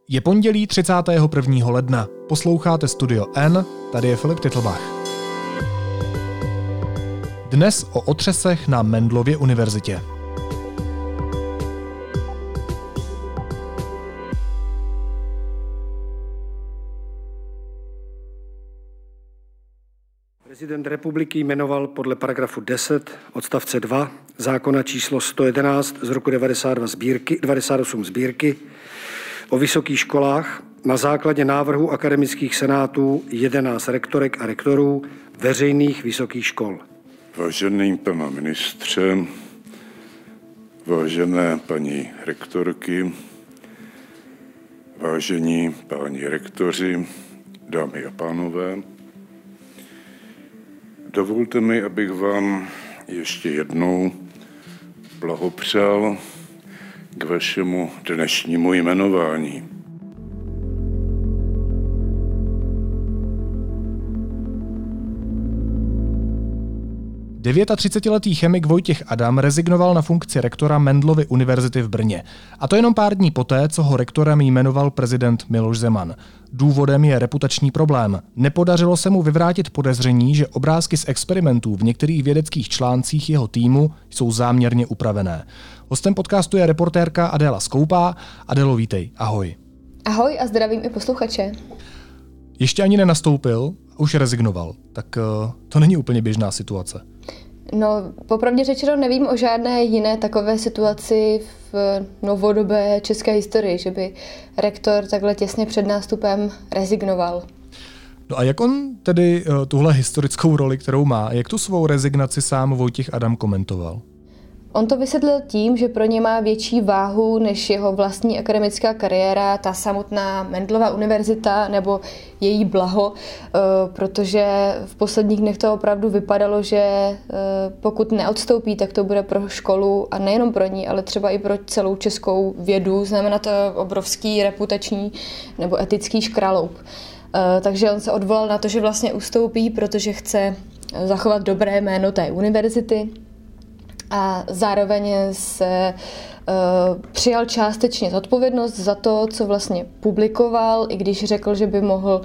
Je pondělí 31. ledna. Posloucháte Studio N, tady je Filip Titlbach. Dnes o otřesech na Mendelově univerzitě. Prezident republiky jmenoval podle paragrafu 10 odstavce 2 zákona číslo 111 z roku 98 sbírky o vysokých školách na základě návrhu akademických senátů 11 rektorek a rektorů veřejných vysokých škol. Vážený pane ministře, vážené paní rektorky, vážení páni rektoři, dámy a pánové, dovolte mi, abych vám ještě jednou blahopřál k vašemu dnešnímu jmenování. Třicetiletý chemik Vojtěch Adam rezignoval na funkci rektora Mendelovy univerzity v Brně. A to jenom pár dní poté, co ho rektorem jmenoval prezident Miloš Zeman. Důvodem je reputační problém. Nepodařilo se mu vyvrátit podezření, že obrázky z experimentů v některých vědeckých článcích jeho týmu jsou záměrně upravené. Hostem podcastu je reportérka Adéla Skoupá. Adélo, vítej. Ahoj. Ahoj a zdravím i posluchače. Ještě ani nenastoupil, už rezignoval. Tak to není úplně běžná situace. No, popravdě řečeno nevím o žádné jiné takové situaci v novodobé české historii, že by rektor takhle těsně před nástupem rezignoval. No a jak on tedy tuhle historickou roli, kterou má, jak tu svou rezignaci sám Vojtěch Adam komentoval? On to vysvětlil tím, že pro ně má větší váhu než jeho vlastní akademická kariéra, ta samotná Mendelova univerzita nebo její blaho, protože v posledních dnech to opravdu vypadalo, že pokud neodstoupí, tak to bude pro školu a nejenom pro ní, ale třeba i pro celou českou vědu. Znamená to obrovský reputační nebo etický škraloup. Takže on se odvolal na to, že vlastně ustoupí, protože chce zachovat dobré jméno té univerzity. A zároveň se přijal částečně zodpovědnost za to, co vlastně publikoval, i když řekl, že by mohl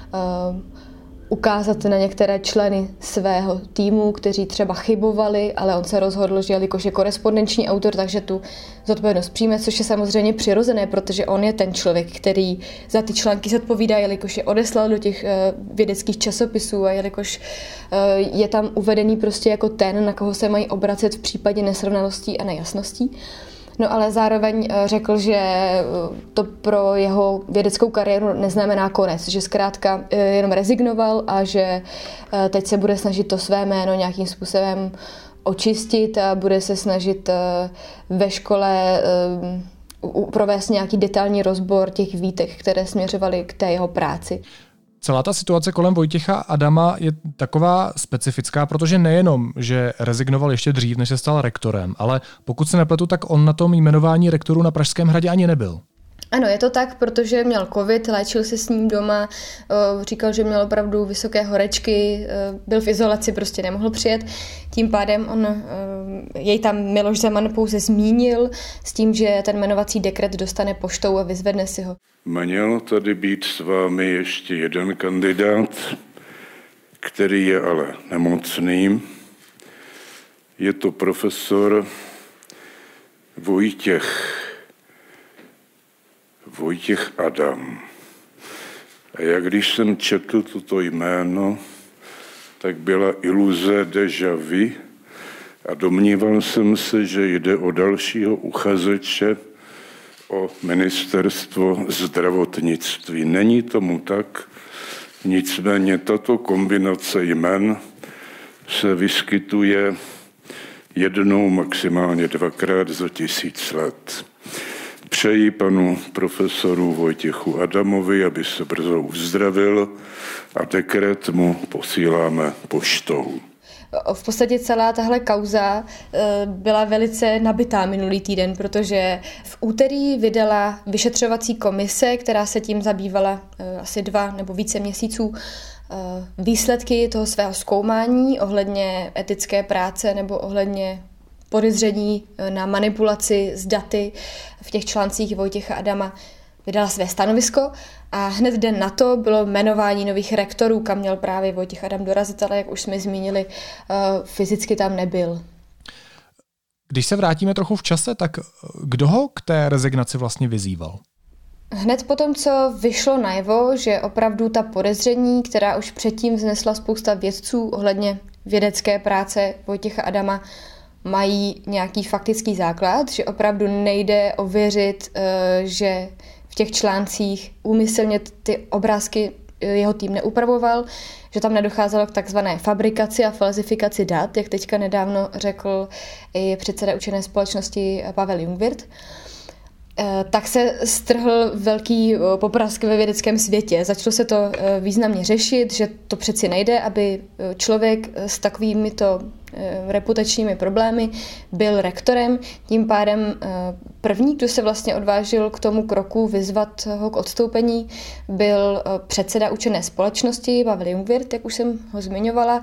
ukázat na některé členy svého týmu, kteří třeba chybovali, ale on se rozhodl, že jelikož je korespondenční autor, takže tu zodpovědnost přijme, což je samozřejmě přirozené, protože on je ten člověk, který za ty články zodpovídá, jelikož je odeslal do těch vědeckých časopisů a jelikož je tam uvedený prostě jako ten, na koho se mají obracet v případě nesrovnalostí a nejasností. No ale zároveň řekl, že to pro jeho vědeckou kariéru neznamená konec, že zkrátka jenom rezignoval a že teď se bude snažit to své jméno nějakým způsobem očistit a bude se snažit ve škole provést nějaký detailní rozbor těch výtek, které směřovaly k té jeho práci. Celá ta situace kolem Vojtěcha Adama je taková specifická, protože nejenom, že rezignoval ještě dřív, než se stal rektorem, ale pokud se nepletu, tak on na tom jmenování rektorů na Pražském hradě ani nebyl. Ano, je to tak, protože měl covid, léčil se s ním doma, říkal, že měl opravdu vysoké horečky, byl v izolaci, prostě nemohl přijet. Tím pádem jej tam Miloš Zeman pouze zmínil s tím, že ten jmenovací dekret dostane poštou a vyzvedne si ho. Měl tady být s vámi ještě jeden kandidát, který je ale nemocný. Je to profesor Vojtěch Adam. A jak když jsem četl toto jméno, tak byla iluze déjà vu a domníval jsem se, že jde o dalšího uchazeče o ministerstvo zdravotnictví. Není tomu tak, nicméně tato kombinace jmen se vyskytuje jednou, maximálně dvakrát za 1000 let. Přeji panu profesoru Vojtěchu Adamovi, aby se brzo uzdravil a dekret mu posíláme poštou. V podstatě celá tahle kauza byla velice nabitá minulý týden, protože v úterý vydala vyšetřovací komise, která se tím zabývala asi 2 nebo více měsíců, výsledky toho svého zkoumání ohledně etické práce nebo ohledně podezření na manipulaci s daty v těch článcích Vojtěcha Adama. vydala své stanovisko a hned den na to bylo jmenování nových rektorů, kam měl právě Vojtěch Adam dorazit, ale jak už jsme zmínili, fyzicky tam nebyl. Když se vrátíme trochu v čase, tak kdo ho k té rezignaci vlastně vyzýval? Hned potom, co vyšlo najevo, že opravdu ta podezření, která už předtím vznesla spousta vědců ohledně vědecké práce Vojtěcha Adama, mají nějaký faktický základ, že opravdu nejde ověřit, že v těch článcích úmyslně ty obrázky jeho tým neupravoval, že tam nedocházelo k takzvané fabrikaci a falzifikaci dat, jak teďka nedávno řekl i předseda učené společnosti Pavel Jungwirth, tak se strhl velký poprask ve vědeckém světě. Začalo se to významně řešit, že to přeci nejde, aby člověk s takovýmito reputačními problémy byl rektorem. Tím pádem první, kdo se vlastně odvážil k tomu kroku vyzvat ho k odstoupení, byl předseda učené společnosti Pavel Jungwirth, jak už jsem ho zmiňovala,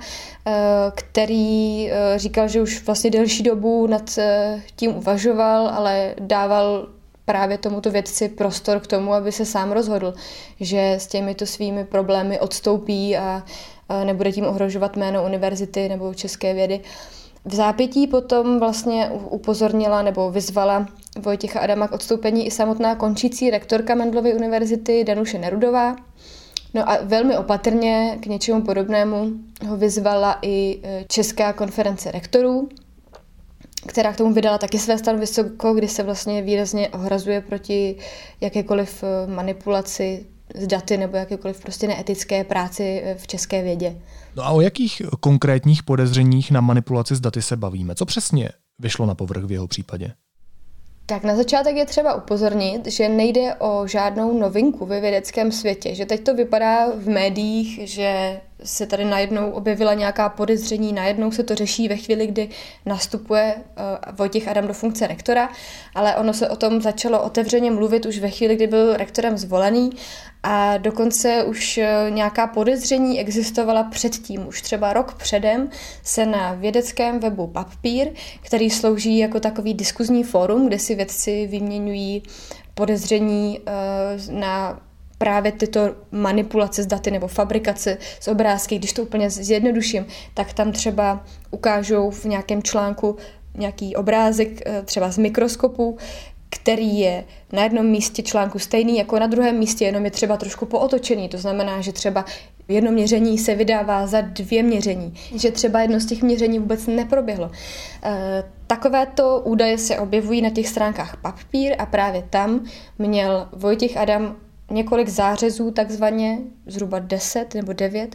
který říkal, že už vlastně delší dobu nad tím uvažoval, ale dával právě tomuto vědci prostor k tomu, aby se sám rozhodl, že s těmito svými problémy odstoupí a nebude tím ohrožovat jméno univerzity nebo české vědy. V zápětí potom vlastně upozornila nebo vyzvala Vojtěcha Adama k odstoupení i samotná končící rektorka Mendelovy univerzity Danuše Nerudová. No a velmi opatrně k něčemu podobnému ho vyzvala i Česká konference rektorů, která k tomu vydala taky své stanovisko, kdy se vlastně výrazně ohrazuje proti jakékoliv manipulaci s daty nebo jakékoliv prostě neetické práci v české vědě. No a o jakých konkrétních podezřeních na manipulaci s daty se bavíme? Co přesně vyšlo na povrch v jeho případě? Tak na začátek je třeba upozornit, že nejde o žádnou novinku ve vědeckém světě, že teď to vypadá v médiích, že se tady najednou objevila nějaká podezření, najednou se to řeší ve chvíli, kdy nastupuje Vojtěch Adam do funkce rektora, ale ono se o tom začalo otevřeně mluvit už ve chvíli, kdy byl rektorem zvolený a dokonce už nějaká podezření existovala předtím. Už třeba rok předem se na vědeckém webu Pappír, který slouží jako takový diskuzní fórum, kde si vědci vyměňují podezření na právě tyto manipulace s daty nebo fabrikace s obrázky, když to úplně zjednoduším, tak tam třeba ukážou v nějakém článku nějaký obrázek třeba z mikroskopu, který je na jednom místě článku stejný jako na druhém místě, jenom je třeba trošku pootočený. To znamená, že třeba jedno měření se vydává za 2 měření, že třeba jedno z těch měření vůbec neproběhlo. Takovéto údaje se objevují na těch stránkách Pappír a právě tam měl Vojtěch Adam několik zářezů, takzvaně zhruba 10 nebo 9,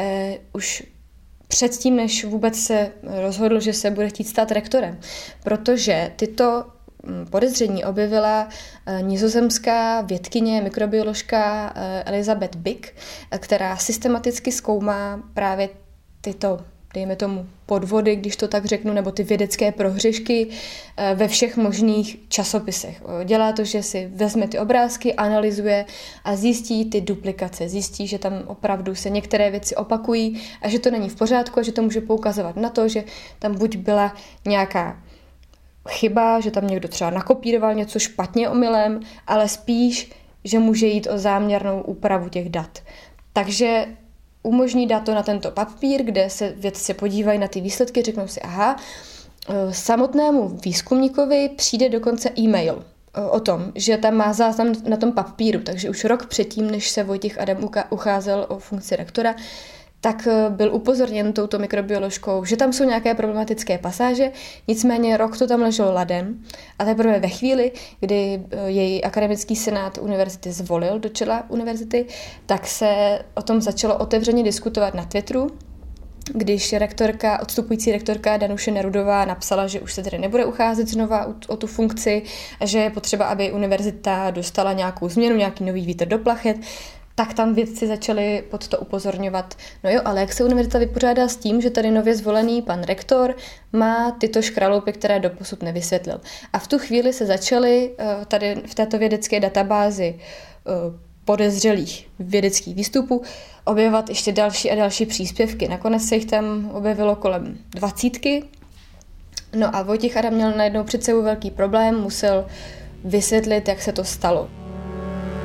už předtím, než vůbec se rozhodl, že se bude chtít stát rektorem. Protože tyto podezření objevila nizozemská vědkyně, mikrobioložka Elizabeth Bick, která systematicky zkoumá právě tyto, dejme tomu, podvody, když to tak řeknu, nebo ty vědecké prohřešky ve všech možných časopisech. Dělá to, že si vezme ty obrázky, analyzuje a zjistí ty duplikace. Zjistí, že tam opravdu se některé věci opakují a že to není v pořádku a že to může poukazovat na to, že tam buď byla nějaká chyba, že tam někdo třeba nakopíroval něco špatně omylem, ale spíš, že může jít o záměrnou úpravu těch dat. Takže umožní dát to na tento papír, kde se vědci podívají na ty výsledky, řeknou si, aha, samotnému výzkumníkovi přijde dokonce e-mail o tom, že tam má záznam na tom papíru, takže už rok předtím, než se Vojtěch Adam ucházel o funkci rektora, tak byl upozorněn touto mikrobioložkou, že tam jsou nějaké problematické pasáže, nicméně rok to tam leželo ladem a teprve ve chvíli, kdy její akademický senát univerzity zvolil do čela univerzity, tak se o tom začalo otevřeně diskutovat na Twitteru, když odstupující rektorka Danuše Nerudová napsala, že už se tedy nebude ucházet znova o tu funkci a že je potřeba, aby univerzita dostala nějakou změnu, nějaký nový vítr do plachet, tak tam vědci začali pod to upozorňovat. No jo, ale jak se univerzita vypořádá s tím, že tady nově zvolený pan rektor má tyto škraloupy, které doposud nevysvětlil. A v tu chvíli se začaly tady v této vědecké databázi podezřelých vědeckých výstupů objevovat ještě další a další příspěvky. Nakonec se jich tam objevilo kolem 20. No a Vojtěch Adam měl najednou před sebou velký problém, musel vysvětlit, jak se to stalo.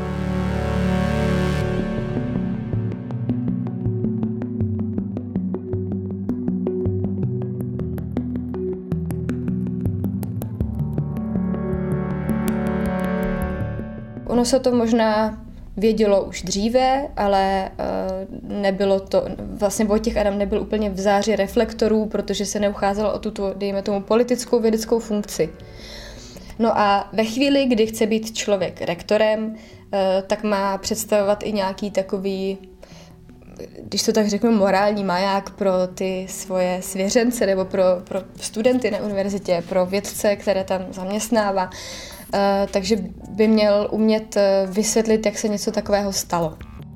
Ono se to možná vědělo už dříve, ale nebylo to, vlastně Vojtěch Adam nebyl úplně v záři reflektorů, protože se neucházel o tuto, dejme tomu, politickou vědeckou funkci. No a ve chvíli, kdy chce být člověk rektorem, tak má představovat i nějaký takový, když to tak řeknu, morální maják pro ty svoje svěřence nebo pro studenty na univerzitě, pro vědce, které tam zaměstnává. Takže by měl umět vysvětlit, jak se něco takového stalo.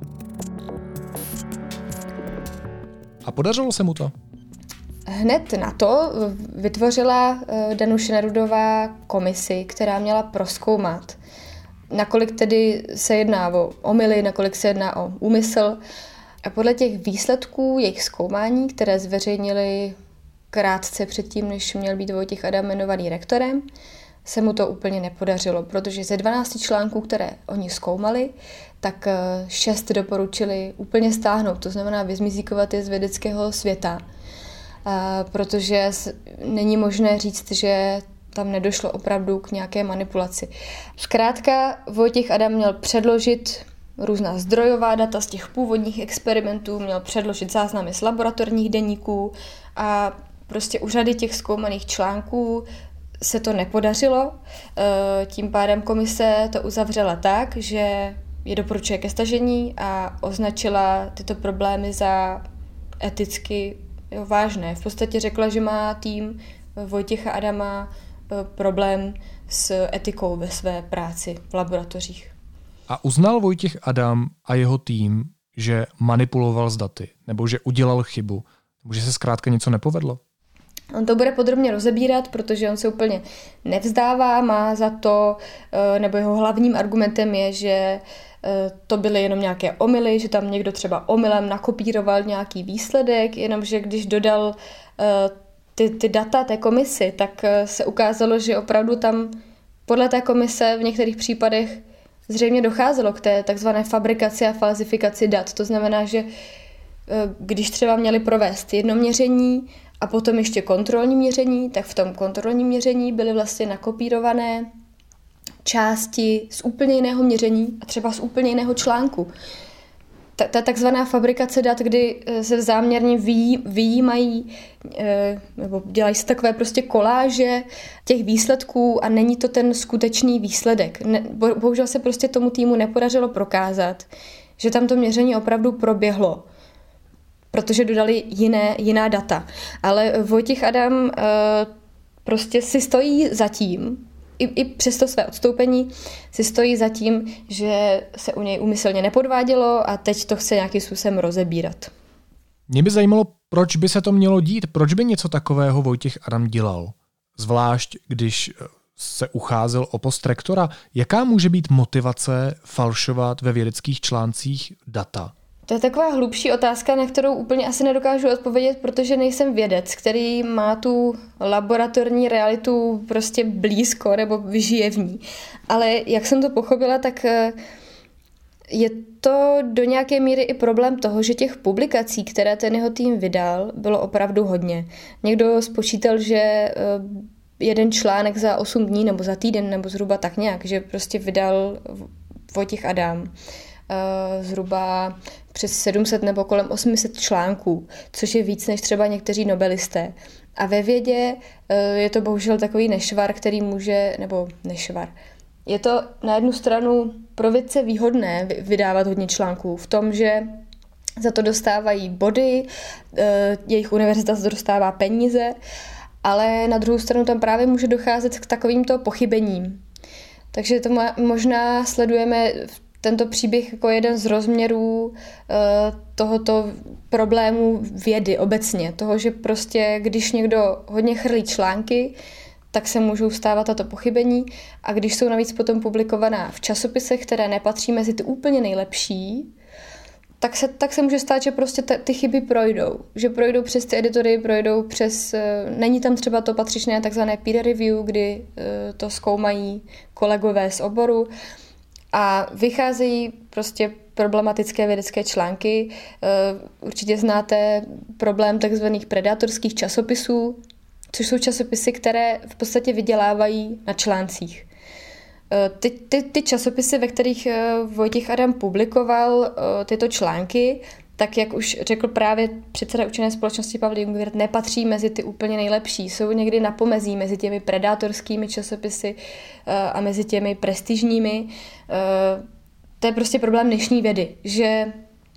A podařilo se mu to? Hned na to vytvořila Danuše Nerudová komisi, která měla prozkoumat, nakolik tedy se jedná o omyly, nakolik se jedná o úmysl. A podle těch výsledků jejich zkoumání, které zveřejnili krátce předtím, než měl být Vojtěch Adam jmenovaný rektorem, se mu to úplně nepodařilo, protože ze 12 článků, které oni zkoumali, tak 6 doporučili úplně stáhnout, to znamená vyzmizíkovat je z vědeckého světa, protože není možné říct, že tam nedošlo opravdu k nějaké manipulaci. Zkrátka Vojtěch Adam měl předložit různá zdrojová data z těch původních experimentů, měl předložit záznamy z laboratorních deníků a prostě u řady těch zkoumaných článků se to nepodařilo. Tím pádem komise to uzavřela tak, že je doporučuje ke stažení a označila tyto problémy za eticky vážné. V podstatě řekla, že má tým Vojtěcha Adama problém s etikou ve své práci v laboratořích. A uznal Vojtěch Adam a jeho tým, že manipuloval s daty, nebo že udělal chybu, nebo že se zkrátka něco nepovedlo? On to bude podrobně rozebírat, protože on se úplně nevzdává, má za to, nebo jeho hlavním argumentem je, že to byly jenom nějaké omyly, že tam někdo třeba omylem nakopíroval nějaký výsledek, jenomže když dodal ty data té komisi, tak se ukázalo, že opravdu tam podle té komise v některých případech zřejmě docházelo k té takzvané fabrikaci a falzifikaci dat. To znamená, že když třeba měli provést jedno měření a potom ještě kontrolní měření, tak v tom kontrolním měření byly vlastně nakopírované části z úplně jiného měření a třeba z úplně jiného článku. Ta takzvaná fabrikace dat, kdy se záměrně vyjímají nebo dělají se takové prostě koláže těch výsledků a není to ten skutečný výsledek. Bohužel se prostě tomu týmu nepodařilo prokázat, že tam to měření opravdu proběhlo, protože dodali jiná data. Ale Vojtěch Adam prostě si stojí za tím, i přes to své odstoupení si stojí za tím, že se u něj úmyslně nepodvádělo a teď to chce nějakým způsobem rozebírat. Mě by zajímalo, proč by se to mělo dít, proč by něco takového Vojtěch Adam dělal. Zvlášť, když se ucházel o post rektora. Jaká může být motivace falšovat ve vědeckých článcích data? To je taková hlubší otázka, na kterou úplně asi nedokážu odpovědět, protože nejsem vědec, který má tu laboratorní realitu prostě blízko nebo žije v ní. Ale jak jsem to pochopila, tak je to do nějaké míry i problém toho, že těch publikací, které ten jeho tým vydal, bylo opravdu hodně. Někdo spočítal, že jeden článek za 8 dní nebo za týden nebo zhruba tak nějak, že prostě vydal Vojtěch Adam zhruba přes 700 nebo kolem 800 článků, což je víc než třeba někteří nobelisté. A ve vědě je to bohužel takový nešvar, který může, nebo nešvar. Je to na jednu stranu pro vědce výhodné vydávat hodně článků v tom, že za to dostávají body, jejich univerzita za to dostává peníze, ale na druhou stranu tam právě může docházet k takovýmto pochybením. Takže to možná sledujeme tento příběh jako jeden z rozměrů tohoto problému vědy obecně. Toho, že prostě když někdo hodně chrlí články, tak se můžou stávat tato pochybení a když jsou navíc potom publikovaná v časopisech, které nepatří mezi ty úplně nejlepší, tak se může stát, že prostě ty chyby projdou. Že projdou přes ty editory, projdou přes... Není tam třeba to patřičné takzvané peer review, kdy to zkoumají kolegové z oboru a vycházejí prostě problematické vědecké články. Určitě znáte problém takzvaných predátorských časopisů, což jsou časopisy, které v podstatě vydělávají na článcích. Ty časopisy, ve kterých Vojtěch Adam publikoval tyto články, tak jak už řekl právě předseda učené společnosti Pavel Jungwirth, nepatří mezi ty úplně nejlepší. Jsou někdy na pomezí mezi těmi predátorskými časopisy a mezi těmi prestižními. To je prostě problém dnešní vědy, že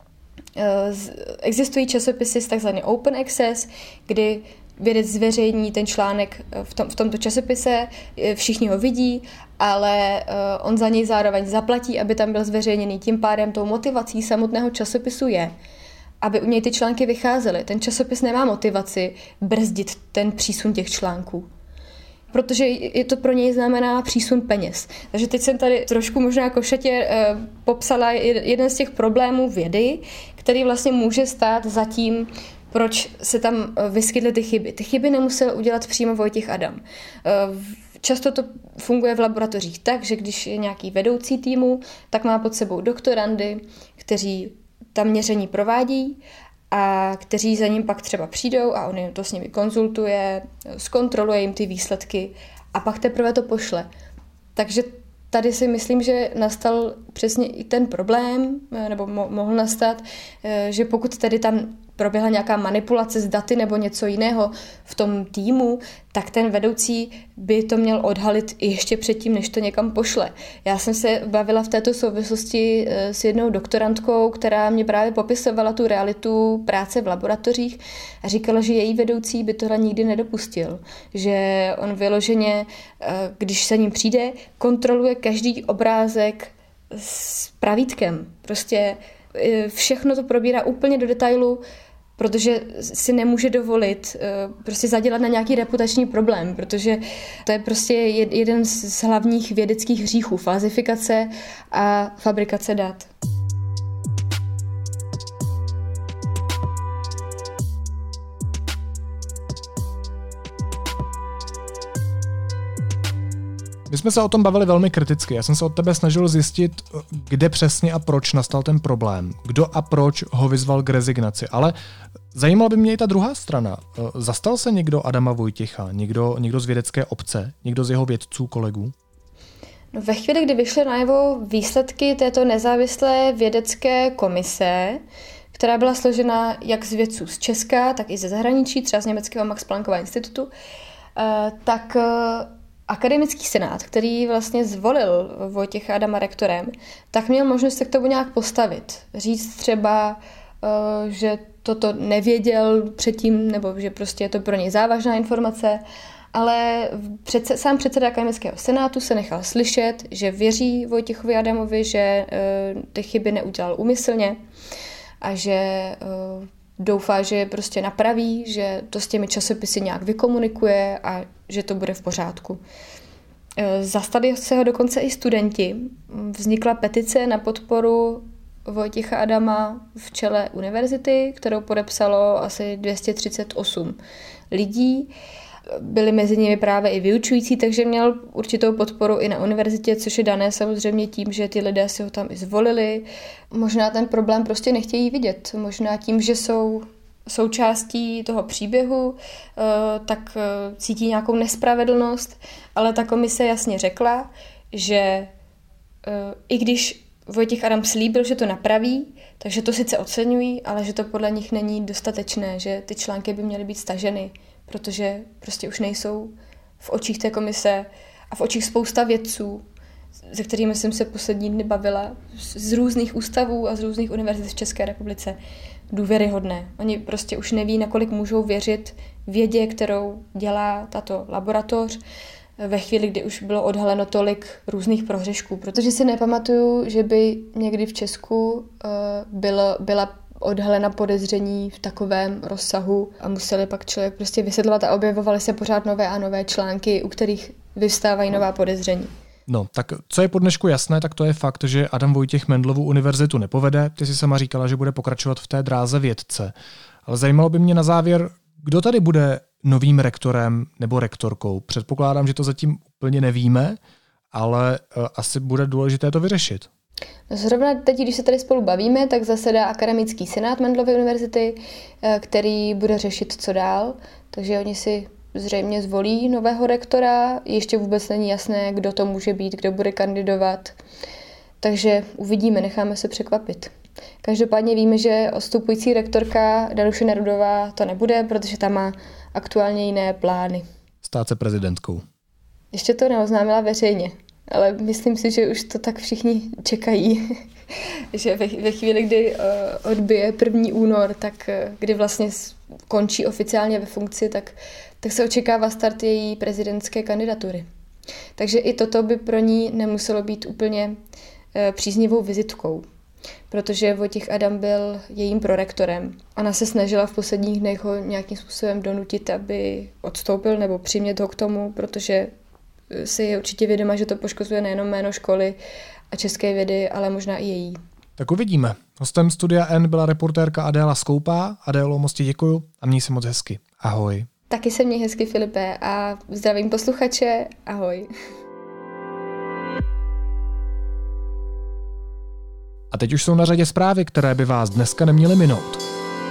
existují časopisy s takzvaný open access, kdy vědec zveřejní ten článek v tomto časopise, všichni ho vidí, ale on za něj zároveň zaplatí, aby tam byl zveřejněný. Tím pádem tou motivací samotného časopisu je, aby u něj ty články vycházely. Ten časopis nemá motivaci brzdit ten přísun těch článků, protože je to pro něj znamená přísun peněz. Takže teď jsem tady trošku možná košatě popsala jeden z těch problémů vědy, který vlastně může stát za tím, proč se tam vyskytly ty chyby. Ty chyby nemusel udělat přímo Vojtěch Adam. Často to funguje v laboratořích tak, že když je nějaký vedoucí týmu, tak má pod sebou doktorandy, kteří tam měření provádí a kteří za ním pak třeba přijdou a on jim to s nimi konzultuje, zkontroluje jim ty výsledky a pak teprve to pošle. Takže tady si myslím, že nastal přesně i ten problém, nebo mohl nastat, že pokud tedy tam proběhla nějaká manipulace s daty nebo něco jiného v tom týmu, tak ten vedoucí by to měl odhalit ještě předtím, než to někam pošle. Já jsem se bavila v této souvislosti s jednou doktorantkou, která mě právě popisovala tu realitu práce v laboratořích a říkala, že její vedoucí by tohle nikdy nedopustil. Že on vyloženě, když se ním přijde, kontroluje každý obrázek s pravítkem. Prostě všechno to probírá úplně do detailu, protože si nemůže dovolit prostě zadělat na nějaký reputační problém, protože to je prostě jeden z hlavních vědeckých hříchů, falzifikace a fabrikace dat. My jsme se o tom bavili velmi kriticky. Já jsem se od tebe snažil zjistit, kde přesně a proč nastal ten problém. Kdo a proč ho vyzval k rezignaci. Ale zajímala by mě i ta druhá strana. Zastal se někdo Adama Vojtěcha? Někdo z vědecké obce? Někdo z jeho vědců, kolegů? No, ve chvíli, kdy vyšly najevo výsledky této nezávislé vědecké komise, která byla složena jak z vědců z Česka, tak i ze zahraničí, třeba z německého Max Planckova institutu, tak akademický senát, který vlastně zvolil Vojtěcha Adama rektorem, tak měl možnost se k tomu nějak postavit. Říct třeba, že toto nevěděl předtím, nebo že prostě je to pro něj závažná informace, ale sám předseda akademického senátu se nechal slyšet, že věří Vojtěchovi Adamovi, že ty chyby neudělal úmyslně a že doufá, že je prostě napraví, že to s těmi časopisy nějak vykomunikuje a že to bude v pořádku. Zastali se ho dokonce i studenti. Vznikla petice na podporu Vojtěcha Adama v čele univerzity, kterou podepsalo asi 238 lidí. Byli mezi nimi právě i vyučující, takže měl určitou podporu i na univerzitě, což je dané samozřejmě tím, že ty lidé si ho tam i zvolili. Možná ten problém prostě nechtějí vidět. Možná tím, že jsou součástí toho příběhu, tak cítí nějakou nespravedlnost, ale ta komise jasně řekla, že i když Vojtěch Adam slíbil, že to napraví, takže to sice oceňují, ale že to podle nich není dostatečné, že ty články by měly být staženy, protože prostě už nejsou v očích té komise a v očích spousta vědců, se kterými jsem se poslední dny bavila, z různých ústavů a z různých univerzit v České republice, důvěryhodné. Oni prostě už neví, nakolik můžou věřit vědě, kterou dělá tato laboratoř, ve chvíli, kdy už bylo odhaleno tolik různých prohřešků. Protože si nepamatuju, že by někdy v Česku byla odhalena podezření v takovém rozsahu a museli pak člověk prostě vysvětlovat a objevovaly se pořád nové a nové články, u kterých vyvstávají nová podezření. No, tak co je po dnešku jasné, tak to je fakt, že Adam Vojtěch Mendlovu univerzitu nepovede. Ty si sama říkala, že bude pokračovat v té dráze vědce. Ale zajímalo by mě na závěr, kdo tady bude novým rektorem nebo rektorkou. Předpokládám, že to zatím úplně nevíme, ale asi bude důležité to vyřešit. Zrovna teď, když se tady spolu bavíme, tak zasedá akademický senát Mendlovy univerzity, který bude řešit, co dál. Takže oni si zřejmě zvolí nového rektora. Ještě vůbec není jasné, kdo to může být, kdo bude kandidovat. Takže uvidíme, necháme se překvapit. Každopádně víme, že odstupující rektorka Danuše Nerudová to nebude, protože ta má aktuálně jiné plány. Stát se prezidentkou. Ještě to neoznámila veřejně, ale myslím si, že už to tak všichni čekají. Že ve chvíli, kdy odbije 1. únor, tak kdy vlastně končí oficiálně ve funkci, tak se očekává start její prezidentské kandidatury. Takže i toto by pro ní nemuselo být úplně příznivou vizitkou, protože Vojtěch Adam byl jejím prorektorem. Ona se snažila v posledních dnech ho nějakým způsobem donutit, aby odstoupil nebo přimět ho k tomu, protože si je určitě vědoma, že to poškozuje nejenom jméno školy a české vědy, ale možná i její. Tak uvidíme. Hostem Studia N byla reportérka Adéla Skoupá. Adélo, moc ti děkuju a měj se moc hezky. Ahoj. Taky se měj hezky, Filipe, a zdravím posluchače. Ahoj. A teď už jsou na řadě zprávy, které by vás dneska neměly minout.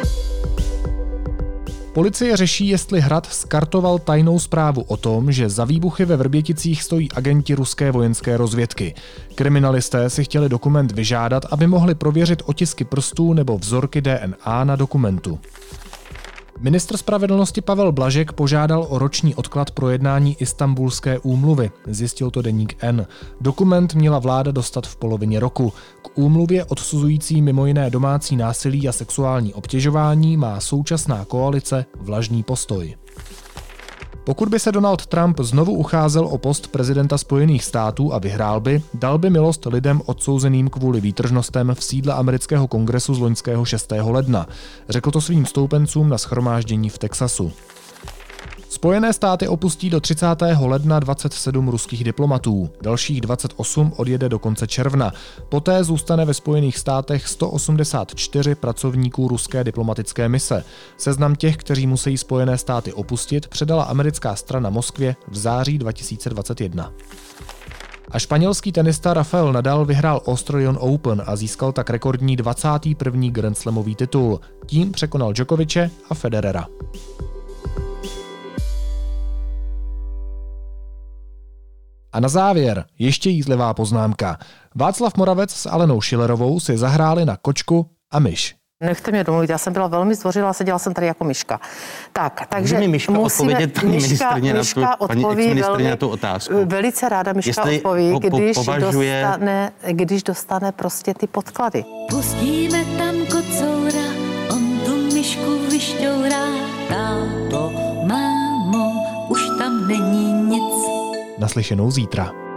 Policie řeší, jestli Hrad skartoval tajnou zprávu o tom, že za výbuchy ve Vrběticích stojí agenti ruské vojenské rozvědky. Kriminalisté si chtěli dokument vyžádat, aby mohli prověřit otisky prstů nebo vzorky DNA na dokumentu. Ministr spravedlnosti Pavel Blažek požádal o roční odklad projednání Istanbulské úmluvy, zjistil to deník N. Dokument měla vláda dostat v polovině roku. K úmluvě odsuzující mimo jiné domácí násilí a sexuální obtěžování má současná koalice vlažný postoj. Pokud by se Donald Trump znovu ucházel o post prezidenta Spojených států a vyhrál by, dal by milost lidem odsouzeným kvůli výtržnostem v sídle amerického kongresu z loňského 6. ledna. Řekl to svým stoupencům na shromáždění v Texasu. Spojené státy opustí do 30. ledna 27 ruských diplomatů, dalších 28 odjede do konce června. Poté zůstane ve Spojených státech 184 pracovníků ruské diplomatické mise. Seznam těch, kteří musí Spojené státy opustit, předala americká strana Moskvě v září 2021. A španělský tenista Rafael Nadal vyhrál Australian Open a získal tak rekordní 21. Grand Slamový titul. Tím překonal Djokoviče a Federera. A na závěr ještě jízlivá poznámka. Václav Moravec s Alenou Schillerovou si zahráli na kočku a myš. Nechte mě domluvit, já jsem byla velmi zdvořilá, seděla jsem tady jako myška. Takže může mi Myška odpovědět, paní ministryně, na tu otázku? Velice ráda Myška odpoví, když dostane prostě ty podklady. Pustíme tam kocoura, on tu myšku vyšťourá. Táto, mámo, už tam není nic. Naslyšenou zítra.